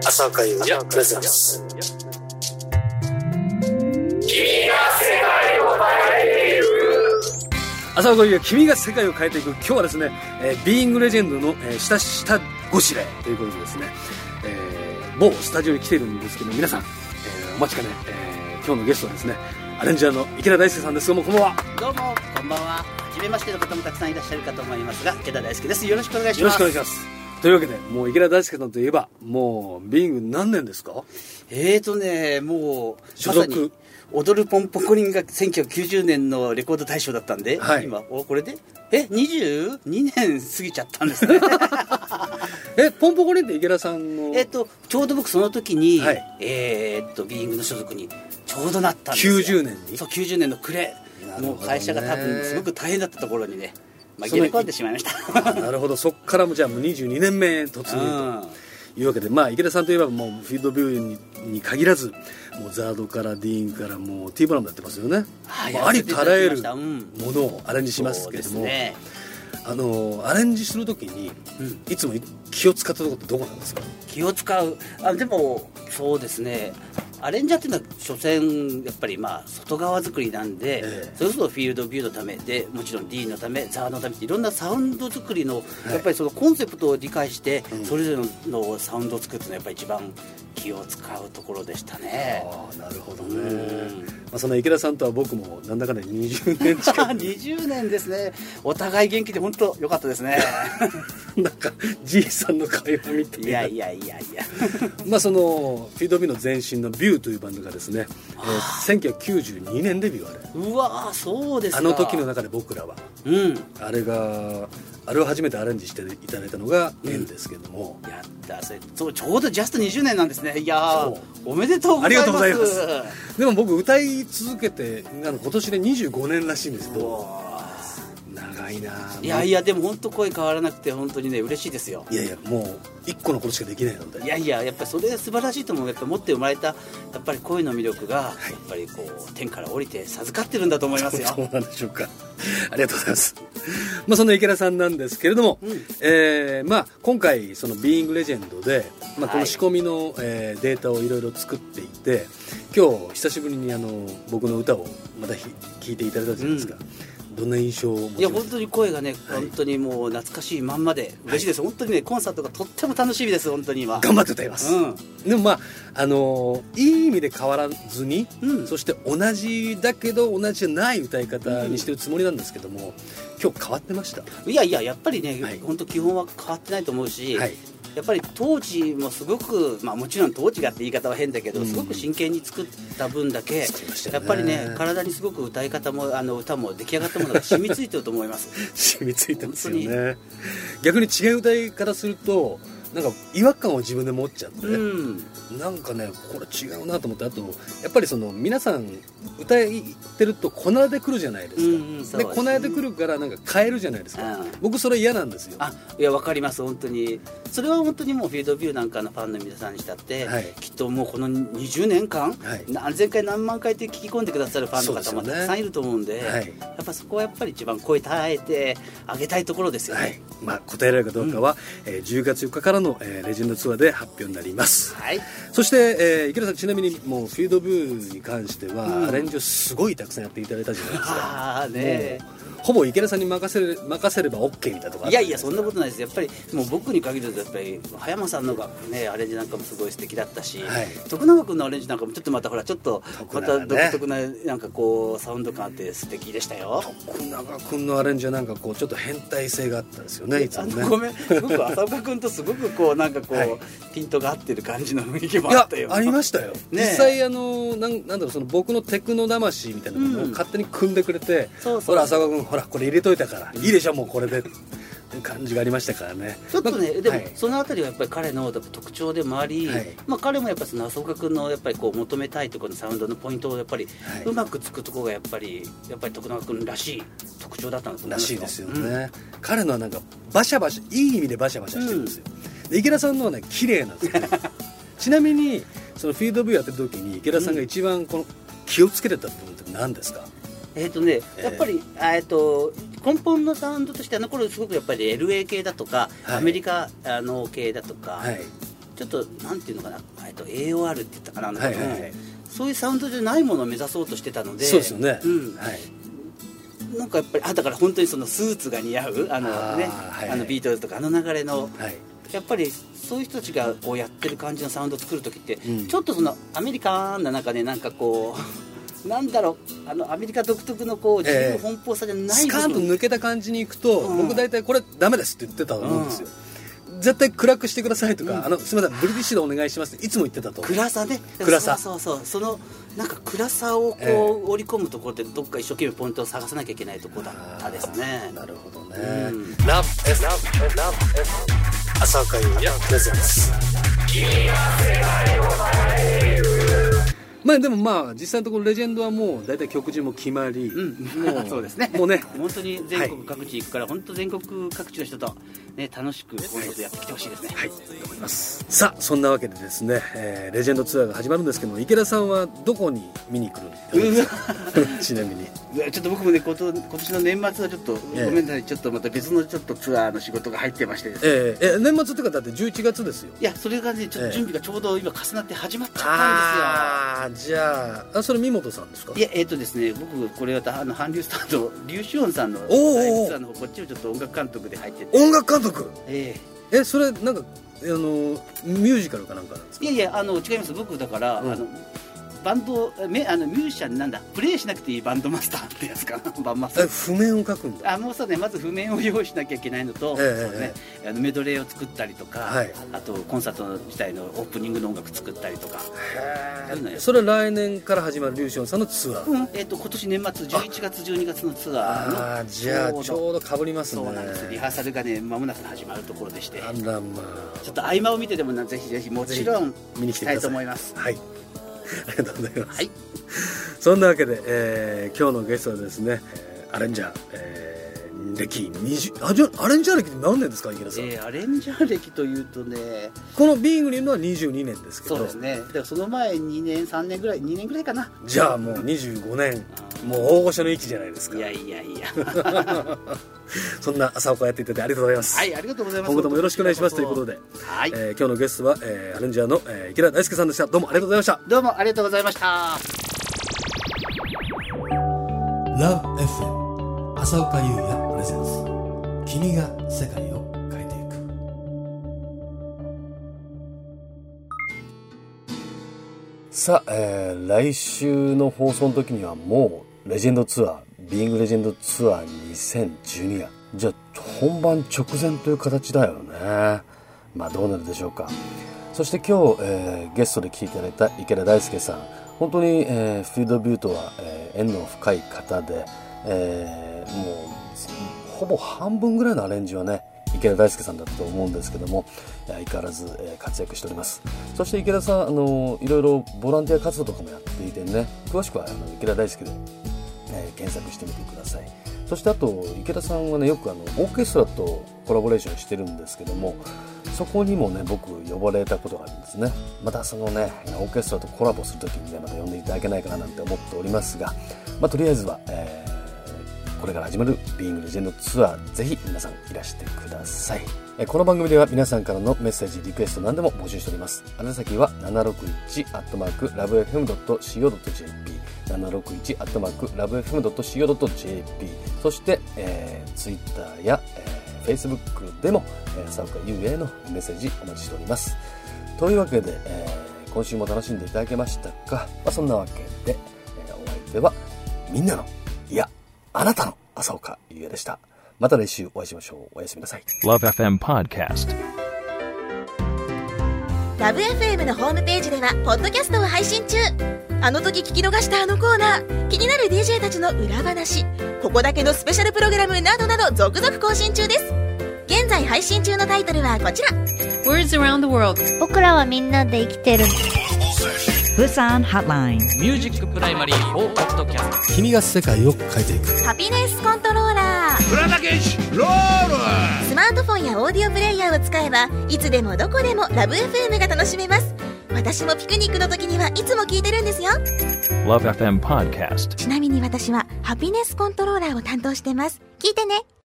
浅岡優也プレゼンス。浅岡優也、君が世界を変えていく。今日はですね、ビーイングレジェンドの、下ごしらえということでですね、某スタジオに来ているんですけど、皆さん、お待ちかね、今日のゲストはですね、アレンジャーの池田大輔さんです。どうもこんばんは。 どうもこんばんは。初めましての方もたくさんいらっしゃるかと思いますが、池田大輔です。よろしくお願いします。 よろしくお願いします。というわけで、もう池田大輔さんといえば、もうビーイング何年ですか？ もう所属踊るポンポコリンが1990年のレコード大賞だったんで、 はい、 今これで22年過ぎちゃったんですね。 ポンポコリンって池田さんのちょうど僕その時に、 はい、 ビーイングの所属にちょうどなったんですよ。 90年に。 そう、90年の暮れ、もう会社が多分すごく大変だったところにね、紛れ込んでしまいました。 なるほど。そっからもじゃあもう22年目突入というわけで、池田さんといえばもうフィードビューに限らず、もうザードからディーンからもう T ブラウンもやってますよね。ありとあらゆるものをアレンジしますけれども、ね、アレンジするときに、いつも気を使ったところってどこなんですか？ 気を使う、でもそうですね、アレンジャーっていうのは所詮やっぱり外側作りなんで、それこそフィールドビューのためで、もちろん D のため、ザーのためっていろんなサウンド作りの、やっぱりそのコンセプトを理解して、それぞれのサウンドを作るっていうのはやっぱり一番気を使うところでしたね。 なるほどね。その池田さんとは僕もなんだかんだ20年近く 20年ですね。お互い元気で本当良かったですね。 なんかじいさんの会話みたいな。 いやそのフィードビューの前身のビューというバンドがですね、1992年デビュー。あれ、 うわ、そうですか。 あの時の中で僕らは、あれを初めてアレンジしていただいたのが縁ですけども、 やったそうちょうどジャスト20年なんですね。いやおめでとうございます。 ありがとうございます。でも僕歌い続けて今年で25年らしいんですけど、長いな。 いやでも本当声変わらなくて本当にね嬉しいですよ。 いやもう1個のことしかできないので、 やっぱりそれが素晴らしいと思う。やっぱ持って生まれたやっぱり声の魅力が、やっぱりこう天から降りて授かってるんだと思いますよ。 そうなんでしょうか。ありがとうございます。その池田さんなんですけれども、今回そのビーイングレジェンドで、この仕込みの、データをいろいろ作っていて、今日久しぶりに僕の歌をまた聴いていただいたじゃないですか。どんな印象を持ちました？いや本当に声がね、本当にもう懐かしいまんまで嬉しいです。本当にね、コンサートがとっても楽しみです。本当に今頑張って歌います。でもいい意味で変わらずに、そして同じだけど同じじゃない歌い方にしてるつもりなんですけども、今日変わってました？ いややっぱりね、本当基本は変わってないと思うし、やっぱり当時もすごく、もちろん当時がって言い方は変だけど、すごく真剣に作った分だけ、やっぱりね、体にすごく歌い方も歌も出来上がったものが染みついてると思います。 染みついてますよね。逆に違う歌い方するとなんか違和感を自分で持っちゃって、なんかねこれ違うなと思って、あとやっぱりその皆さん歌ってるとこなれてくるじゃないですか。でこなれてくるからなんか変えるじゃないですか。僕それ嫌なんですよ。 いやわかります。本当にそれは本当にもうフィードビューなんかのファンの皆さんにしたって、きっともうこの20年間、何千回何万回って聞き込んでくださるファンの方もたくさんいると思うんで、やっぱそこはやっぱり一番声耐えてあげたいところですよね。 答えられるかどうかは、10月4日からの、レジェンドツアーで発表になります。そして、池田さん、ちなみにもうフィードビューに関しては、アレンジをすごいたくさんやっていただいたじゃないですか。ほぼ池田さんに任せれば OK みたいなところ。 いやそんなことないです。やっぱりもう僕に限らずやっぱり葉山さんのがねアレンジなんかもすごい素敵だったし、徳永君のアレンジなんかもちょっとまた独特ななんかこうサウンド感あって素敵でしたよ。 徳永君のアレンジはなんかこうちょっと変態性があったんですよね。いつもね。 ごめん、僕浅岡君とすごくこうなんかこう、ピントが合ってる感じの雰囲気もあったよ。 ありましたよ。実際なんだろう、その僕のテクノ魂みたいなのを勝手に組んでくれて、ほら浅岡君ほらこれ入れといたからいいでしょもうこれでって感じがありましたからね。 ちょっとね、でもそのあたりはやっぱり彼の特徴でもあり、彼もやっぱりその浅岡君のやっぱりこう求めたいところのサウンドのポイントをやっぱりうまくつくところがやっぱり徳永君らしい特徴だったんだと思いますよ。 らしいですよね。彼のはなんかバシャバシャ、いい意味でバシャバシャしてるんですよ。で池田さんのはね綺麗なんですよ。ちなみにそのフィードビューやってる時に池田さんが一番この気をつけてた部分って何ですか？ やっぱり根本のサウンドとして頃すごくやっぱり LA 系だとか、アメリカ系だとか、 ちょっとなんていうのかな、AOR って言ったかな、そういうサウンドじゃないものを目指そうとしてたので。 そうですよね、 なんかやっぱりだから本当にそのスーツが似合うビートルズとか流れの、やっぱりそういう人たちがこうやってる感じのサウンドを作る時って、ちょっとそのアメリカンな中でなんかこうなんだろう、アメリカ独特のこう自由奔放さじゃない、 スカーンと抜けた感じにいくと、僕大体これダメですって言ってたと思うんですよ、絶対暗くしてくださいとか、すみませんブリティッシュでお願いしますっていつも言ってたと。 暗さね、 暗さ、 そうそのなんか暗さをこう織り込むところってどっか一生懸命ポイントを探さなきゃいけないところだったですね。 なるほどね。ラブ F 浅岡優也プレゼンツ。まあでも実際のところレジェンドはもう大体曲順も決まり、 もうそうですね、 もうね本当に全国各地行くから、本当全国各地の人とね楽しくコンサートやってきてほしいですね。 はい、頑張ります。さあそんなわけでですね、レジェンドツアーが始まるんですけども、池田さんはどこに見に来るんですか？ちなみにちょっと僕もね今年の年末はちょっと、ごめんなさい、ちょっとまた別のちょっとツアーの仕事が入ってましてですね、 年末ってかだって11月ですよ。 いやそれがねちょっと準備がちょうど今重なって始まっちゃったんですよ。 じゃあそれ三本さんですか？ いやですね、僕これは韓流スタートリュウシオンさんのライブツアーの方、こっちをちょっと音楽監督で入ってて。 音楽監督？それなんかミュージカルかなんかなんですか？ いや違います。僕だから、バンドミュージシャンなんだ、プレイしなくていいバンドマスターってやつかな、バンマスター。 譜面を書くんだ。 もうそうね、まず譜面を用意しなきゃいけないのと、メドレーを作ったりとか、あとコンサート自体のオープニングの音楽作ったりとか。 それは来年から始まるリュウシオンさんのツアー？ 今年年末11月12月のツアーのじゃあちょうど被りますね。 そうなんです。リハーサルがね間もなく始まるところでして、 ちょっと合間を見てでもぜひぜひもちろん見に来たいと思います。 はい、ありがとうございます。そんなわけで、今日のゲストはですね、アレンジャー、歴アレンジャー歴って何年ですか、池田さん？ アレンジャー歴というとね、 このビーグリーのは22年ですけど。 そうですね。だからその前2年3年ぐらい2年ぐらいかな。 じゃあもう25年もう大御所の域じゃないですか。 いやそんな朝岡やっていただいてありがとうございます。 はい、ありがとうございます。 今後ともよろしくお願いしますということで、今日のゲストは、アレンジャーの、池田大輔さんでした。どうもありがとうございました。 どうもありがとうございました。 Love FM 朝岡優也プレゼンツ、君が世界を変えていく。 さあ、来週の放送の時にはもうレジェンドツアー、ビーイングレジェンドツアー2012がじゃあ本番直前という形だよね。どうなるでしょうか。そして今日、ゲストで来ていただいた池田大輔さん、本当に、フィールドビューとは、縁の深い方で、もうほぼ半分ぐらいのアレンジはね池田大輔さんだったと思うんですけども、相変わらず、活躍しております。そして池田さんいろいろボランティア活動とかもやっていてね、詳しくは池田大輔で、検索してみてください。そしてあと池田さんはねよくオーケストラとコラボレーションしてるんですけども、そこにもね僕呼ばれたことがあるんですね。またそのねオーケストラとコラボするときにねまた呼んでいただけないかななんて思っておりますが、とりあえずは、これから始まるビーイングレジェンドツアー、ぜひ皆さんいらしてください。この番組では皆さんからのメッセージリクエスト何でも募集しております。宛先は 761@lovefm.co.jp761@lovefm.co.jp そして、Twitter や、Facebook でも朝岡優也へのメッセージお待ちしております。というわけで、今週も楽しんでいただけましたか？そんなわけで、お相手はみんなのあなたの朝岡優也でした。また来週お会いしましょう。おやすみなさい。 LoveFM Podcast。 LoveFM のホームページではポッドキャストを配信中。あの時聞き逃したあのコーナー、気になる DJ たちの裏話、ここだけのスペシャルプログラムなどなど続々更新中です。現在配信中のタイトルはこちら。 Words Around the World。 僕らはみんなで生きてる。 Busan Hotline。 ミュージックプライマリー4ポッドキャスト。 君が世界を変えていく。 ハピネスコントローラー。 浦田健一ロール。 スマートフォンやオーディオプレイヤーを使えばいつでもどこでもラブ FM が楽しめます。私もピクニックの時にはいつも聞いてるんですよ。 LoveFM Podcast。 ちなみに私はハピネスコントローラーを担当してます。聞いてね。